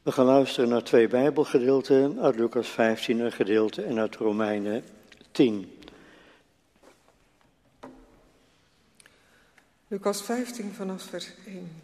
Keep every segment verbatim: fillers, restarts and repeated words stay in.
We gaan luisteren naar twee Bijbelgedeelten, uit Lucas vijftien een gedeelte en uit Romeinen tien. Lucas vijftien vanaf vers één.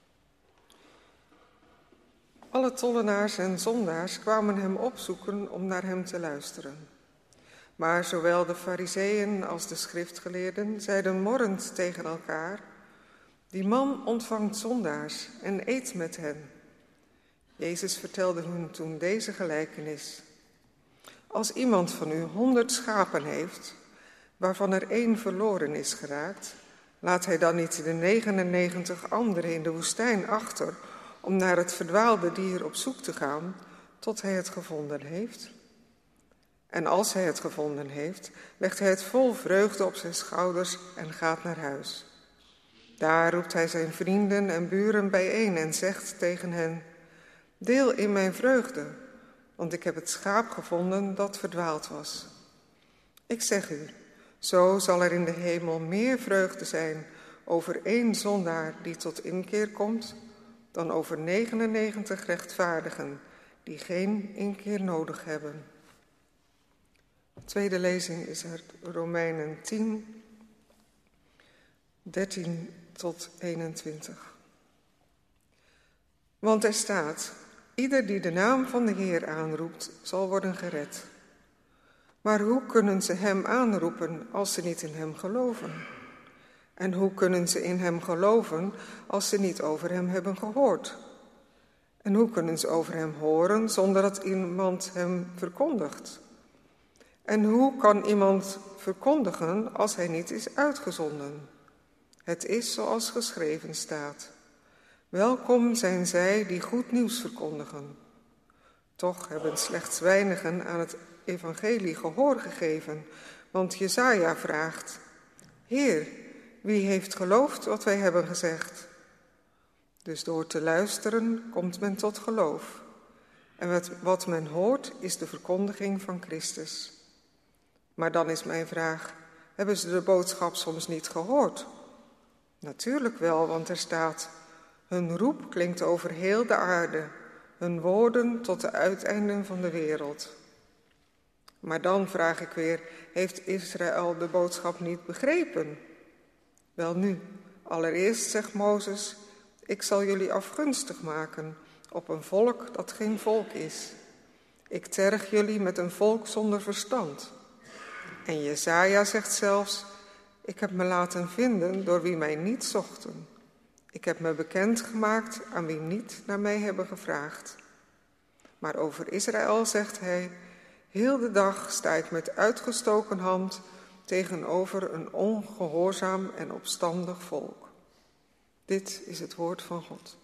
Alle tollenaars en zondaars kwamen hem opzoeken om naar hem te luisteren. Maar zowel de farizeeën als de schriftgeleerden zeiden morrend tegen elkaar: die man ontvangt zondaars en eet met hen. Jezus vertelde hun toen deze gelijkenis. Als iemand van u honderd schapen heeft, waarvan er één verloren is geraakt, laat hij dan niet de negenennegentig anderen in de woestijn achter om naar het verdwaalde dier op zoek te gaan tot hij het gevonden heeft? En als hij het gevonden heeft, legt hij het vol vreugde op zijn schouders en gaat naar huis. Daar roept hij zijn vrienden en buren bijeen en zegt tegen hen: deel in mijn vreugde, want ik heb het schaap gevonden dat verdwaald was. Ik zeg u, zo zal er in de hemel meer vreugde zijn over één zondaar die tot inkeer komt, dan over negenennegentig rechtvaardigen die geen inkeer nodig hebben. De tweede lezing is uit Romeinen tien, dertien tot eenentwintig. Want er staat: ieder die de naam van de Heer aanroept, zal worden gered. Maar hoe kunnen ze hem aanroepen als ze niet in hem geloven? En hoe kunnen ze in hem geloven als ze niet over hem hebben gehoord? En hoe kunnen ze over hem horen zonder dat iemand hem verkondigt? En hoe kan iemand verkondigen als hij niet is uitgezonden? Het is zoals geschreven staat: welkom zijn zij die goed nieuws verkondigen. Toch hebben slechts weinigen aan het evangelie gehoor gegeven, want Jesaja vraagt: Heer, wie heeft geloofd wat wij hebben gezegd? Dus door te luisteren komt men tot geloof. En wat men hoort is de verkondiging van Christus. Maar dan is mijn vraag: hebben ze de boodschap soms niet gehoord? Natuurlijk wel, want er staat: hun roep klinkt over heel de aarde, hun woorden tot de uiteinden van de wereld. Maar dan vraag ik weer: heeft Israël de boodschap niet begrepen? Welnu, allereerst zegt Mozes: ik zal jullie afgunstig maken op een volk dat geen volk is. Ik terg jullie met een volk zonder verstand. En Jesaja zegt zelfs: ik heb me laten vinden door wie mij niet zochten. Ik heb me bekendgemaakt aan wie niet naar mij hebben gevraagd. Maar over Israël zegt hij: heel de dag sta ik met uitgestoken hand tegenover een ongehoorzaam en opstandig volk. Dit is het woord van God.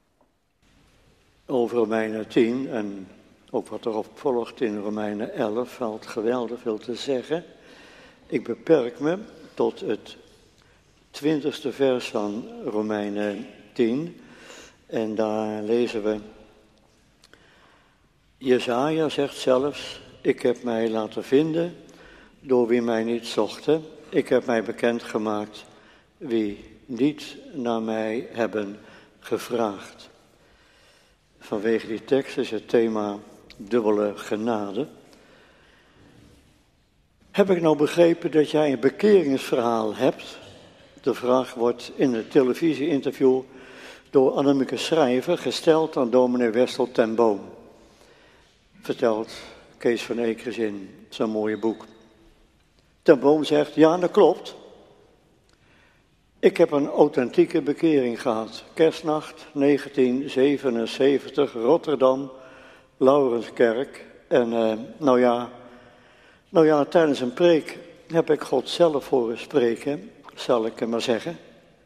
Over Romeinen tien en ook wat erop volgt in Romeinen elf valt geweldig veel te zeggen. Ik beperk me tot het twintigste vers van Romeinen tien. En daar lezen we: Jesaja zegt zelfs: ik heb mij laten vinden door wie mij niet zochten. Ik heb mij bekendgemaakt wie niet naar mij hebben gevraagd. Vanwege die tekst is het thema dubbele genade. Heb ik nou begrepen dat jij een bekeringsverhaal hebt? De vraag wordt in het televisie-interview door Annemieke Schrijver gesteld aan dominee Wessel ten Boom. Vertelt Kees van Ekers in zijn mooie boek. Ten Boom zegt: ja, dat klopt. Ik heb een authentieke bekering gehad. Kerstnacht negentien zevenenzeventig, Rotterdam, Laurenskerk. En uh, nou ja, nou ja, tijdens een preek heb ik God zelf horen spreken, zal ik maar zeggen.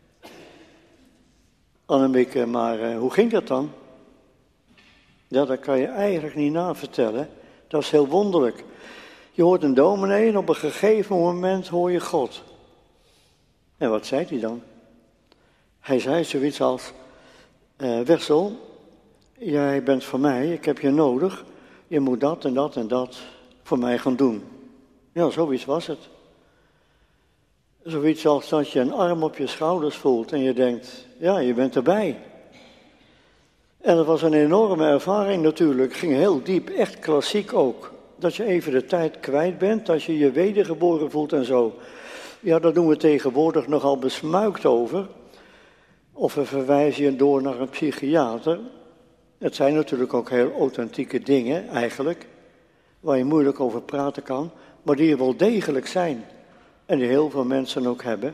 Annemieke, maar uh, hoe ging dat dan? Ja, dat kan je eigenlijk niet navertellen. Dat is heel wonderlijk. Je hoort een dominee en op een gegeven moment hoor je God. En wat zei hij dan? Hij zei zoiets als: uh, Wessel, jij bent voor mij, ik heb je nodig. Je moet dat en dat en dat voor mij gaan doen. Ja, zoiets was het. Zoiets als dat je een arm op je schouders voelt en je denkt: ja, je bent erbij. En dat was een enorme ervaring natuurlijk, ging heel diep, echt klassiek ook. Dat je even de tijd kwijt bent, dat je je wedergeboren voelt en zo. Ja, daar doen we tegenwoordig nogal besmuikt over. Of we verwijzen je door naar een psychiater. Het zijn natuurlijk ook heel authentieke dingen eigenlijk, waar je moeilijk over praten kan, maar die er wel degelijk zijn. En die heel veel mensen ook hebben.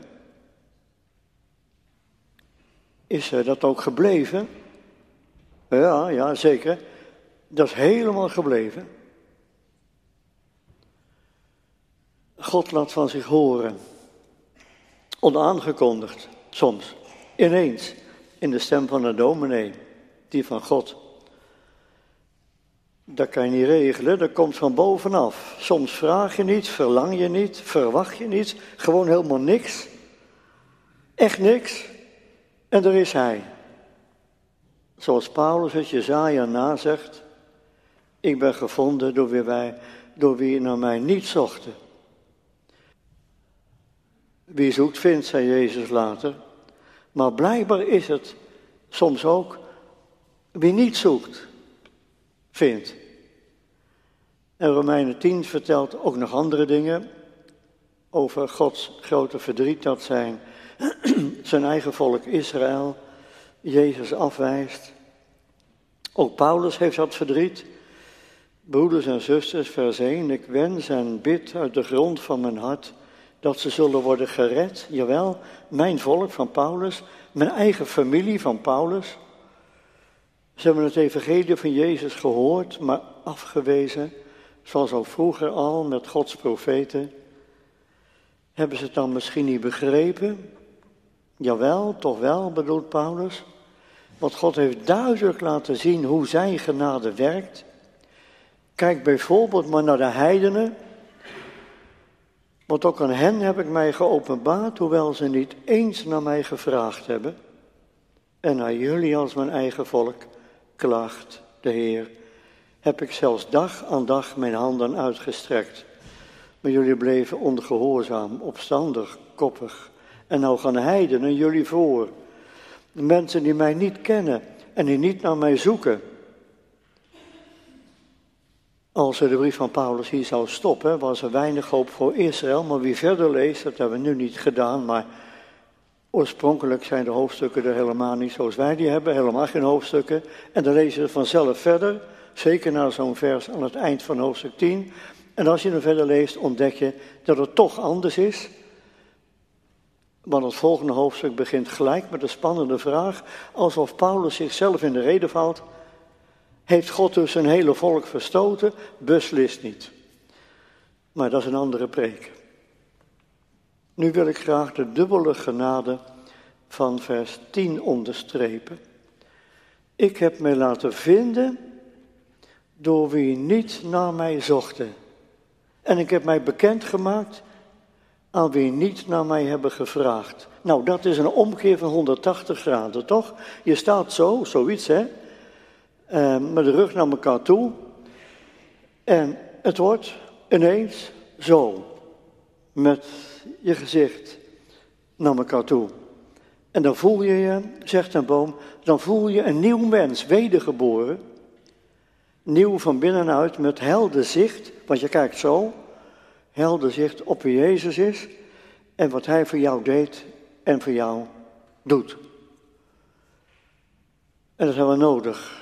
Is dat ook gebleven? Ja, ja, zeker. Dat is helemaal gebleven. God laat van zich horen. Onaangekondigd, soms. Ineens, in de stem van een dominee, die van God. Dat kan je niet regelen, dat komt van bovenaf. Soms vraag je niet, verlang je niet, verwacht je niet, gewoon helemaal niks. Echt niks. En er is hij. Zoals Paulus het Jesaja nazegt, ik ben gevonden door wie, wij, door wie naar mij niet zochten. Wie zoekt vindt, zei Jezus later. Maar blijkbaar is het soms ook wie niet zoekt, vindt. En Romeinen tien vertelt ook nog andere dingen over Gods grote verdriet dat zijn, zijn eigen volk Israël Jezus afwijst. Ook Paulus heeft dat verdriet. Broeders en zusters, vers één, ik wens en bid uit de grond van mijn hart dat ze zullen worden gered. Jawel, mijn volk van Paulus, mijn eigen familie van Paulus. Ze hebben het evangelie van Jezus gehoord, maar afgewezen, zoals ook vroeger al met Gods profeten. Hebben ze het dan misschien niet begrepen? Jawel, toch wel, bedoelt Paulus. Want God heeft duidelijk laten zien hoe zijn genade werkt. Kijk bijvoorbeeld maar naar de heidenen. Want ook aan hen heb ik mij geopenbaard, hoewel ze niet eens naar mij gevraagd hebben. En naar jullie als mijn eigen volk, klaagt de Heer, heb ik zelfs dag aan dag mijn handen uitgestrekt. Maar jullie bleven ongehoorzaam, opstandig, koppig. En nou gaan heidenen jullie voor. De mensen die mij niet kennen en die niet naar mij zoeken. Als er de brief van Paulus hier zou stoppen, was er weinig hoop voor Israël. Maar wie verder leest, dat hebben we nu niet gedaan. Maar oorspronkelijk zijn de hoofdstukken er helemaal niet zoals wij die hebben. Helemaal geen hoofdstukken. En dan lezen we vanzelf verder. Zeker na zo'n vers aan het eind van hoofdstuk tien. En als je dan verder leest, ontdek je dat het toch anders is. Want het volgende hoofdstuk begint gelijk met een spannende vraag. Alsof Paulus zichzelf in de rede valt. Heeft God dus zijn hele volk verstoten? Beslist niet. Maar dat is een andere preek. Nu wil ik graag de dubbele genade van vers tien onderstrepen. Ik heb mij laten vinden door wie niet naar mij zochten. En ik heb mij bekendgemaakt aan wie niet naar mij hebben gevraagd. Nou, dat is een omkeer van honderdtachtig graden, toch? Je staat zo, zoiets, hè? Uh, met de rug naar elkaar toe. En het wordt ineens zo. Met je gezicht naar elkaar toe. En dan voel je je, zegt een boom, dan voel je een nieuw mens, wedergeboren. Nieuw van binnenuit met helder zicht, want je kijkt zo. Helder zicht op wie Jezus is. En wat hij voor jou deed en voor jou doet. En dat hebben we nodig.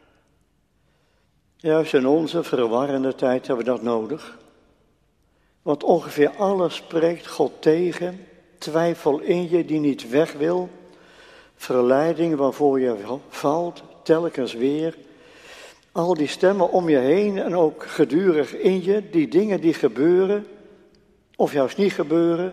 Juist in onze verwarrende tijd hebben we dat nodig. Want ongeveer alles spreekt God tegen. Twijfel in je die niet weg wil. Verleiding waarvoor je valt, telkens weer. Al die stemmen om je heen en ook gedurig in je. Die dingen die gebeuren, of juist niet gebeuren.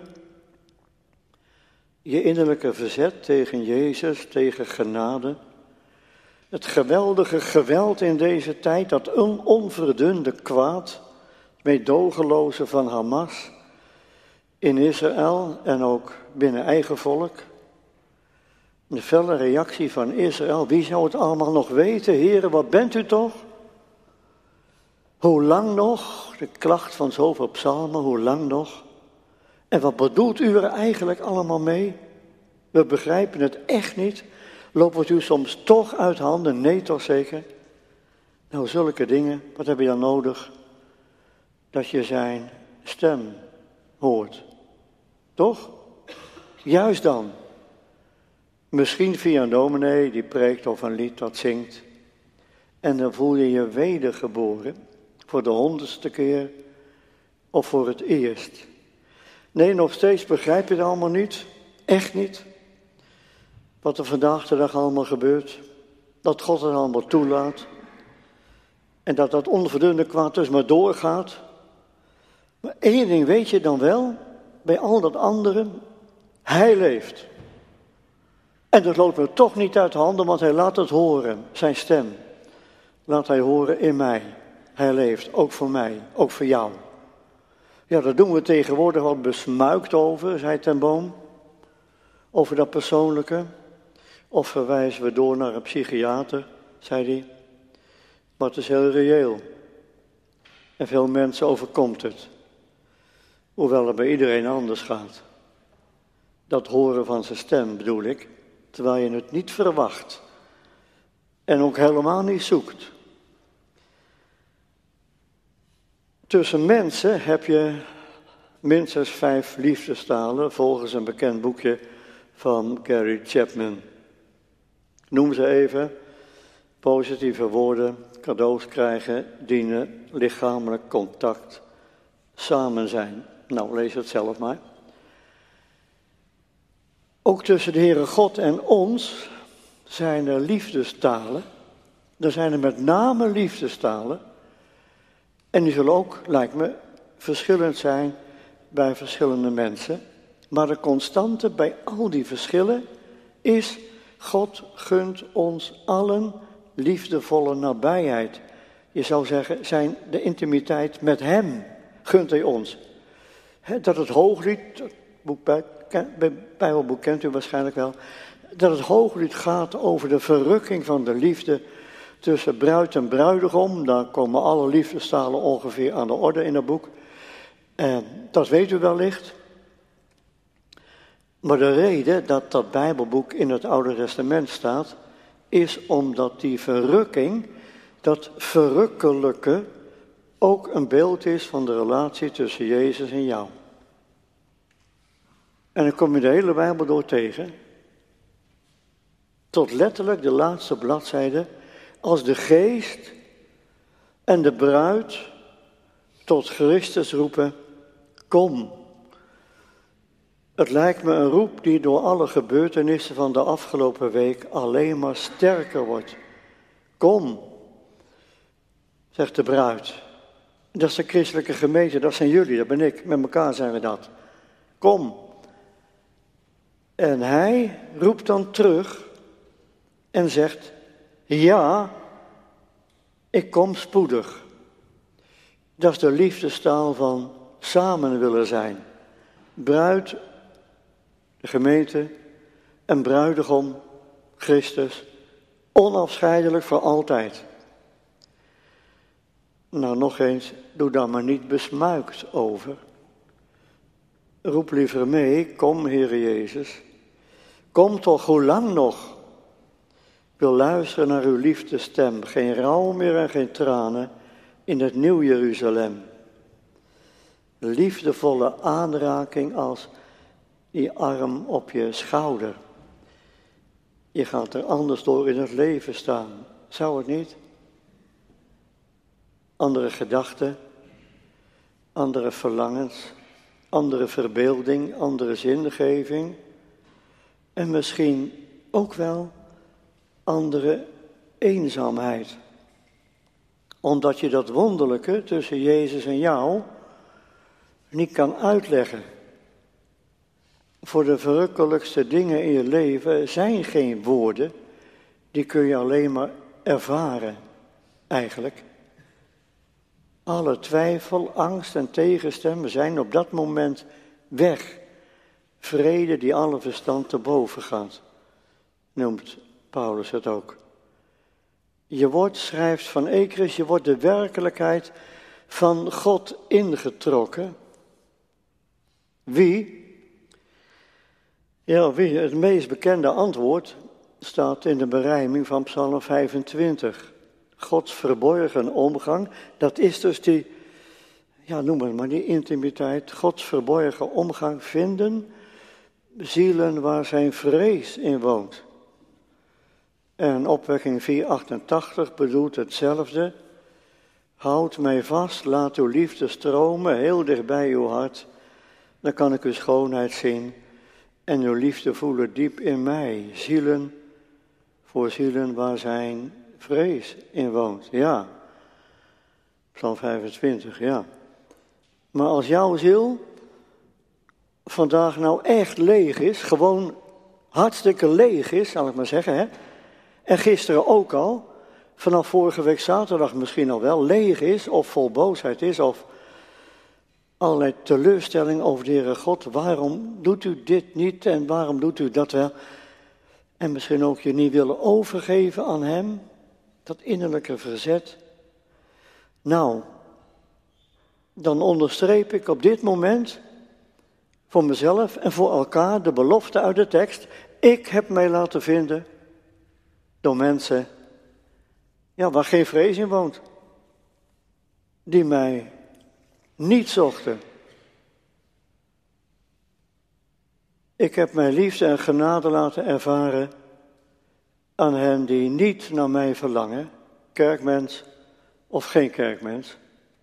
Je innerlijke verzet tegen Jezus, tegen genade. Het geweldige geweld in deze tijd, dat on- onverdunde kwaad, meedogenloze van Hamas in Israël en ook binnen eigen volk. De felle reactie van Israël, wie zou het allemaal nog weten? Heren, wat bent u toch? Hoe lang nog? De klacht van zoveel psalmen, hoe lang nog? En wat bedoelt u er eigenlijk allemaal mee? We begrijpen het echt niet. Loopt het u soms toch uit handen? Nee, toch zeker? Nou, zulke dingen, wat heb je dan nodig? Dat je zijn stem hoort. Toch? Juist dan. Misschien via een dominee die preekt of een lied dat zingt. En dan voel je je wedergeboren. Voor de honderdste keer of voor het eerst. Nee, nog steeds begrijp je het allemaal niet. Echt niet. Wat er vandaag de dag allemaal gebeurt. Dat God het allemaal toelaat. En dat dat onverdunde kwaad dus maar doorgaat. Maar één ding weet je dan wel. Bij al dat andere. Hij leeft. En dat loopt me toch niet uit de handen, want hij laat het horen. Zijn stem. Laat hij horen in mij. Hij leeft, ook voor mij, ook voor jou. Ja, daar doen we tegenwoordig wat besmuikt over, zei Ten Boom. Over dat persoonlijke. Of verwijzen we door naar een psychiater, zei hij. Maar het is heel reëel. En veel mensen overkomt het. Hoewel het bij iedereen anders gaat. Dat horen van zijn stem bedoel ik. Terwijl je het niet verwacht. En ook helemaal niet zoekt. Tussen mensen heb je minstens vijf liefdestalen, volgens een bekend boekje van Gary Chapman. Noem ze even. Positieve woorden, cadeaus krijgen, dienen, lichamelijk contact, samen zijn. Nou, lees het zelf maar. Ook tussen de Heere God en ons zijn er liefdestalen. Er zijn er met name liefdestalen. En die zullen ook, lijkt me, verschillend zijn bij verschillende mensen. Maar de constante bij al die verschillen is: God gunt ons allen liefdevolle nabijheid. Je zou zeggen, zijn de intimiteit met hem gunt hij ons. He, dat het hooglied, het boek bij, Bijbelboek kent u waarschijnlijk wel, dat het hooglied gaat over de verrukking van de liefde tussen bruid en bruidegom. Daar komen alle liefdestalen ongeveer aan de orde in dat boek. En dat weet u wellicht. Maar de reden dat dat Bijbelboek in het Oude Testament staat, is omdat die verrukking, dat verrukkelijke, ook een beeld is van de relatie tussen Jezus en jou. En dan kom je de hele Bijbel door tegen. Tot letterlijk de laatste bladzijde. Als de geest en de bruid tot Christus roepen, kom. Het lijkt me een roep die door alle gebeurtenissen van de afgelopen week alleen maar sterker wordt. Kom, zegt de bruid. Dat is de christelijke gemeente, dat zijn jullie, dat ben ik. Met elkaar zijn we dat. Kom. En hij roept dan terug en zegt, ja, ik kom spoedig. Dat is de liefdestaal van samen willen zijn. Bruid, de gemeente, en bruidegom, Christus, onafscheidelijk voor altijd. Nou, nog eens, doe daar maar niet besmuikt over. Roep liever mee, kom, Heere Jezus. Kom toch, hoe lang nog? Ik wil luisteren naar uw liefdestem. Geen rouw meer en geen tranen in het nieuw Jeruzalem. Liefdevolle aanraking als die arm op je schouder. Je gaat er anders door in het leven staan. Zou het niet? Andere gedachten, andere verlangens, andere verbeelding, andere zingeving. En misschien ook wel andere eenzaamheid. Omdat je dat wonderlijke tussen Jezus en jou niet kan uitleggen. Voor de verrukkelijkste dingen in je leven zijn geen woorden. Die kun je alleen maar ervaren, eigenlijk. Alle twijfel, angst en tegenstemmen zijn op dat moment weg. Vrede die alle verstand te boven gaat, noemt Paulus het ook. Je wordt, schrijft Van Ekris, je wordt de werkelijkheid van God ingetrokken. Wie? Ja, wie? Het meest bekende antwoord staat in de berijming van Psalm vijfentwintig. Gods verborgen omgang, dat is dus die, ja noem het maar, die intimiteit. Gods verborgen omgang vinden zielen waar zijn vrees in woont. En opwekking vierhonderdachtachtig bedoelt hetzelfde. Houd mij vast, laat uw liefde stromen, heel dicht bij uw hart. Dan kan ik uw schoonheid zien en uw liefde voelen diep in mij. Zielen voor zielen waar zijn vrees in woont. Ja, Psalm vijfentwintig, ja. Maar als jouw ziel vandaag nou echt leeg is, gewoon hartstikke leeg is, zal ik maar zeggen, hè. En gisteren ook al, vanaf vorige week zaterdag misschien al wel, leeg is of vol boosheid is of allerlei teleurstelling over de Heere God. Waarom doet u dit niet en waarom doet u dat wel? En misschien ook je niet willen overgeven aan hem, dat innerlijke verzet. Nou, dan onderstreep ik op dit moment voor mezelf en voor elkaar de belofte uit de tekst. Ik heb mij laten vinden door mensen, ja, waar geen vrees in woont. Die mij niet zochten. Ik heb mijn liefde en genade laten ervaren aan hen die niet naar mij verlangen, kerkmens of geen kerkmens.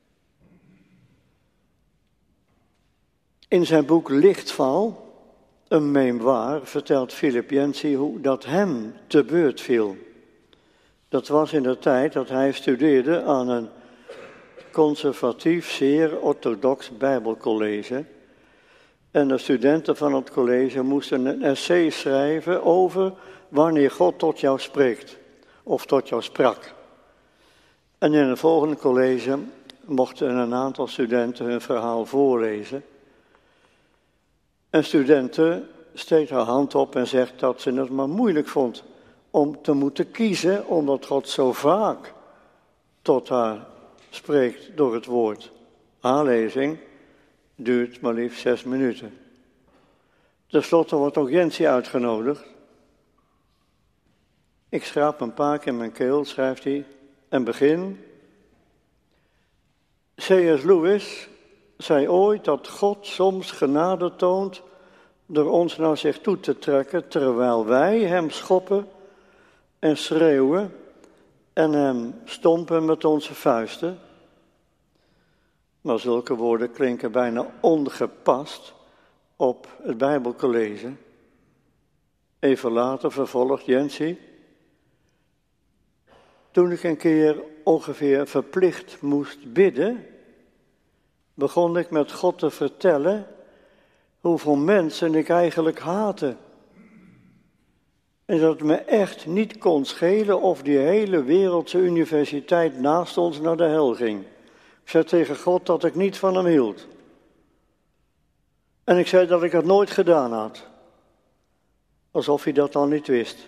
In zijn boek Lichtval, een memoir, vertelt Philip Yancey hoe dat hem te beurt viel. Dat was in de tijd dat hij studeerde aan een conservatief, zeer orthodox Bijbelcollege. En de studenten van het college moesten een essay schrijven over wanneer God tot jou spreekt, of tot jou sprak. En in het volgende college mochten een aantal studenten hun verhaal voorlezen. Een studenten steekt haar hand op en zegt dat ze het maar moeilijk vond om te moeten kiezen, omdat God zo vaak tot haar spreekt door het woord. Haar lezing duurt maar liefst zes minuten. Ten slotte wordt ook Yancey uitgenodigd. Ik schraap een paar keer in mijn keel, schrijft hij, en begin. C S Lewis zei ooit dat God soms genade toont door ons naar zich toe te trekken, terwijl wij hem schoppen en schreeuwen en hem stompen met onze vuisten. Maar zulke woorden klinken bijna ongepast op het Bijbelcollege. Even later vervolgt Yancey. Toen ik een keer ongeveer verplicht moest bidden, begon ik met God te vertellen hoeveel mensen ik eigenlijk haatte. En dat het me echt niet kon schelen of die hele wereldse universiteit naast ons naar de hel ging. Ik zei tegen God dat ik niet van hem hield. En ik zei dat ik het nooit gedaan had. Alsof hij dat al niet wist.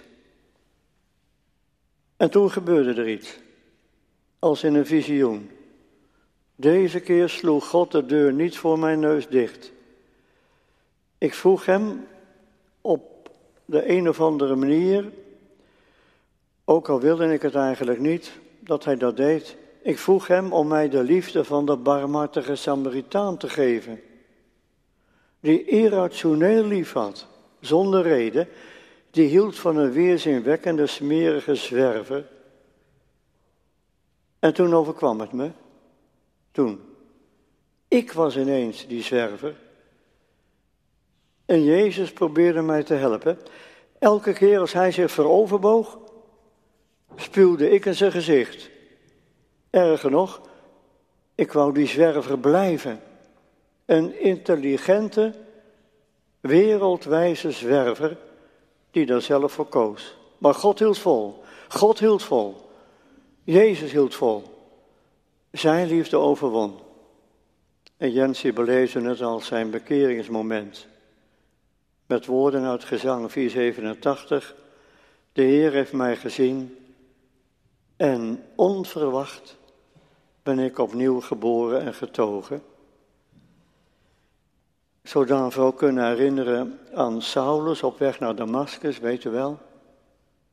En toen gebeurde er iets. Als in een visioen. Deze keer sloeg God de deur niet voor mijn neus dicht. Ik vroeg hem op de een of andere manier, ook al wilde ik het eigenlijk niet, dat hij dat deed. Ik vroeg hem om mij de liefde van de barmhartige Samaritaan te geven. Die irrationeel lief had, zonder reden, die hield van een weerzinwekkende, smerige zwerver. En toen overkwam het me. Toen. Ik was ineens die zwerver. En Jezus probeerde mij te helpen. Elke keer als hij zich vooroverboog, spuwde ik in zijn gezicht. Erger nog, ik wou die zwerver blijven. Een intelligente, wereldwijze zwerver die daar zelf voor koos. Maar God hield vol. God hield vol. Jezus hield vol. Zijn liefde overwon. En Yancey beleefde het als zijn bekeringsmoment. Met woorden uit Gezang vierhonderdzevenentachtig. De Heer heeft mij gezien en onverwacht ben ik opnieuw geboren en getogen. Zodat we ook kunnen herinneren aan Saulus op weg naar Damascus, weet u wel.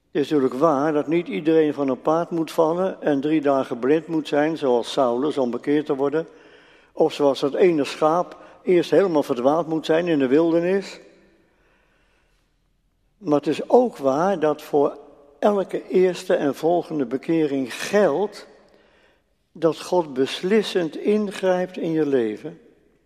Het is natuurlijk waar dat niet iedereen van een paard moet vallen en drie dagen blind moet zijn, zoals Saulus, om bekeerd te worden. Of zoals dat ene schaap eerst helemaal verdwaald moet zijn in de wildernis. Maar het is ook waar dat voor elke eerste en volgende bekering geldt dat God beslissend ingrijpt in je leven.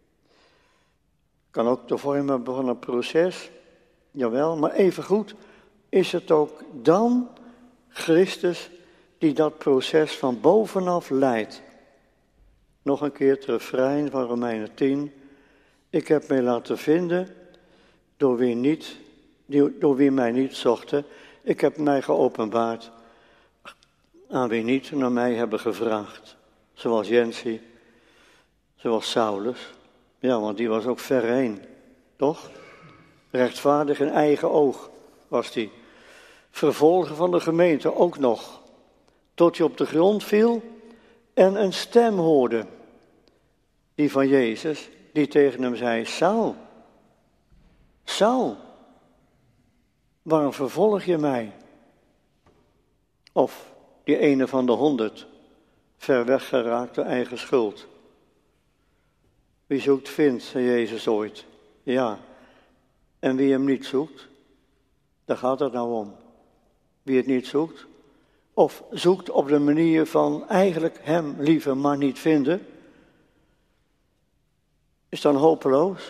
Kan ook de vorm hebben van een proces, jawel, maar evengoed is het ook dan Christus die dat proces van bovenaf leidt. Nog een keer het refrein van Romeinen tien. Ik heb mij laten vinden door wie, niet, door wie mij niet zochten. Ik heb mij geopenbaard aan wie niet naar mij hebben gevraagd. Zoals Jensi, zoals Saulus. Ja, want die was ook ver heen, toch? Rechtvaardig in eigen oog was die. Vervolger van de gemeente ook nog. Tot hij op de grond viel en een stem hoorde. Die van Jezus, die tegen hem zei, Saul, Saul, waarom vervolg je mij? Of die ene van de honderd, ver weg geraakt door eigen schuld. Wie zoekt vindt, zei Jezus ooit. Ja, en wie hem niet zoekt, daar gaat het nou om. Wie het niet zoekt, of zoekt op de manier van eigenlijk hem liever maar niet vinden, is dan hopeloos.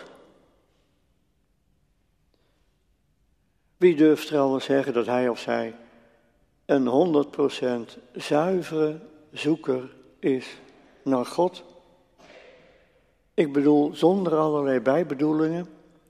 Wie durft trouwens zeggen dat hij of zij een honderd procent zuivere zoeker is naar God? Ik bedoel, zonder allerlei bijbedoelingen,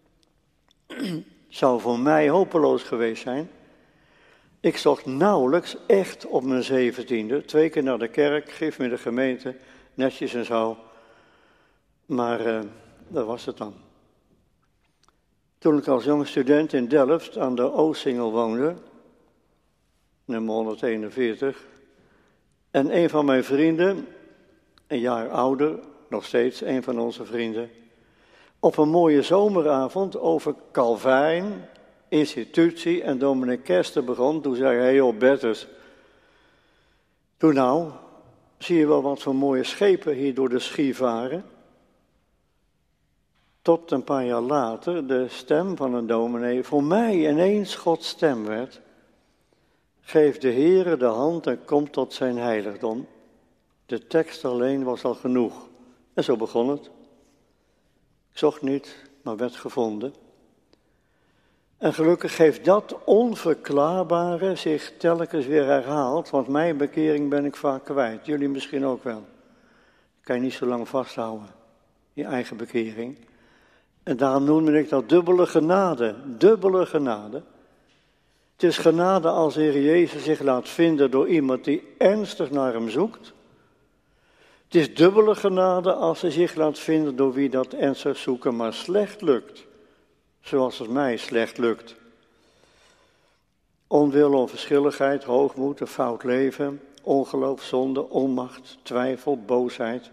zou voor mij hopeloos geweest zijn. Ik zocht nauwelijks echt op mijn zeventiende, twee keer naar de kerk, gif me de gemeente, netjes en zo. Maar uh, dat was het dan. Toen ik als jonge student in Delft aan de Oostsingel woonde, nummer honderdeenenveertig, en een van mijn vrienden, een jaar ouder, nog steeds een van onze vrienden, op een mooie zomeravond over Calvijn, institutie en dominee Kester begon, toen zei hij, joh Bertus, toen nou, zie je wel wat voor mooie schepen hier door de Schie varen? Tot een paar jaar later de stem van een dominee voor mij ineens Gods stem werd. Geef de Heere de hand en kom tot zijn heiligdom. De tekst alleen was al genoeg. En zo begon het. Ik zocht niet, maar werd gevonden. En gelukkig heeft dat onverklaarbare zich telkens weer herhaald, want mijn bekering ben ik vaak kwijt. Jullie misschien ook wel. Kan je niet zo lang vasthouden, je eigen bekering. En daarom noemde ik dat dubbele genade, dubbele genade. Het is genade als de Heer Jezus zich laat vinden door iemand die ernstig naar hem zoekt. Het is dubbele genade als hij zich laat vinden door wie dat ernstig zoeken maar slecht lukt. Zoals het mij slecht lukt. Onwil, onverschilligheid, hoogmoed, een fout leven, ongeloof, zonde, onmacht, twijfel, boosheid.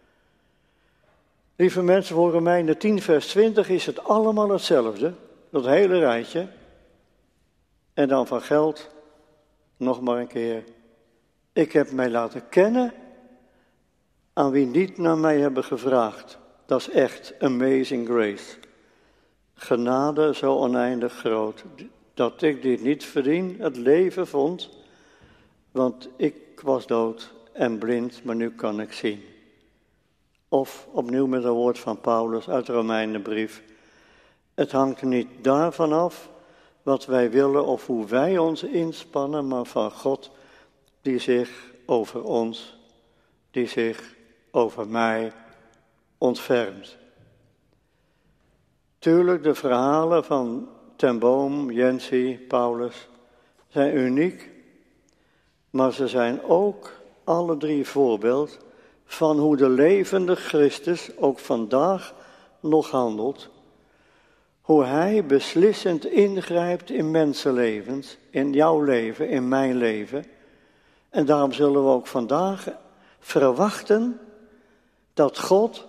Lieve mensen, voor Romeinen tien vers twintig is het allemaal hetzelfde, dat hele rijtje. En dan van geld, nog maar een keer. Ik heb mij laten kennen aan wie niet naar mij hebben gevraagd. Dat is echt amazing grace. Genade zo oneindig groot, dat ik dit niet verdien, het leven vond. Want ik was dood en blind, maar nu kan ik zien. Of opnieuw met een woord van Paulus uit de Romeinenbrief. Het hangt niet daarvan af wat wij willen of hoe wij ons inspannen, maar van God die zich over ons, die zich over mij ontfermt. Tuurlijk, de verhalen van Ten Boom, Jensi, Paulus zijn uniek, maar ze zijn ook alle drie voorbeeld van hoe de levende Christus ook vandaag nog handelt. Hoe hij beslissend ingrijpt in mensenlevens, in jouw leven, in mijn leven. En daarom zullen we ook vandaag verwachten dat God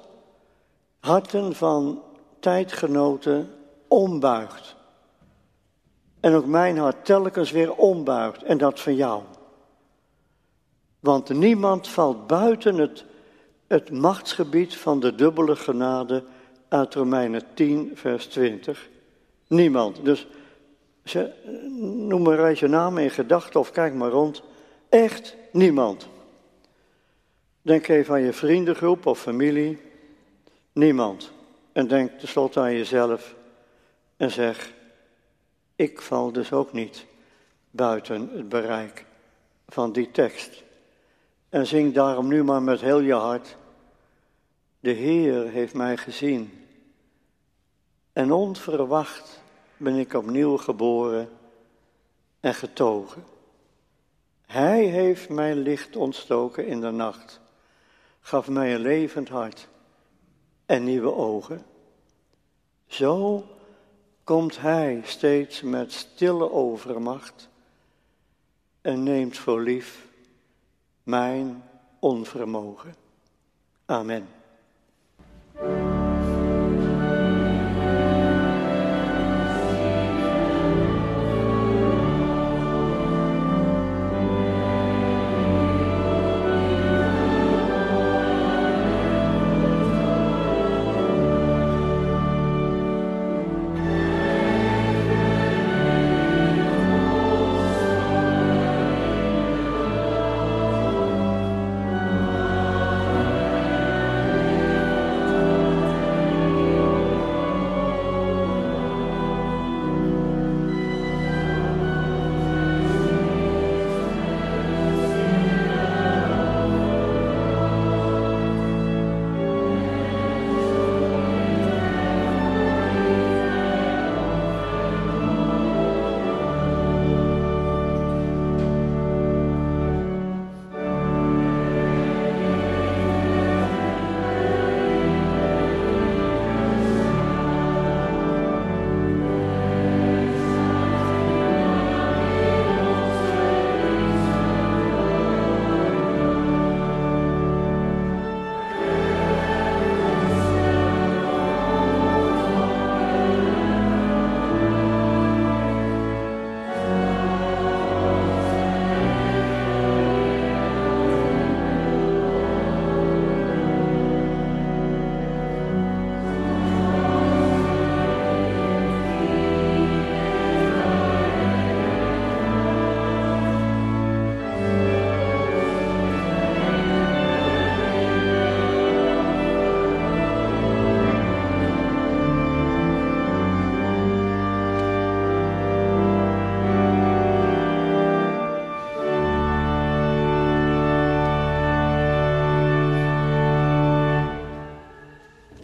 harten van tijdgenoten ombuigt. en ook mijn hart telkens weer ombuigt en dat van jou. Want niemand valt buiten het, het machtsgebied van de dubbele genade uit Romeinen tien, vers twintig. Niemand. Dus ze, noem maar eens je naam in gedachten of kijk maar rond. Echt niemand. Denk even aan je vriendengroep of familie. Niemand. En denk tenslotte aan jezelf en zeg, ik val dus ook niet buiten het bereik van die tekst. En zing daarom nu maar met heel je hart, de Heer heeft mij gezien. En onverwacht ben ik opnieuw geboren en getogen. Hij heeft mijn licht ontstoken in de nacht, gaf mij een levend hart en nieuwe ogen. Zo komt hij steeds met stille overmacht en neemt voor lief mijn onvermogen. Amen.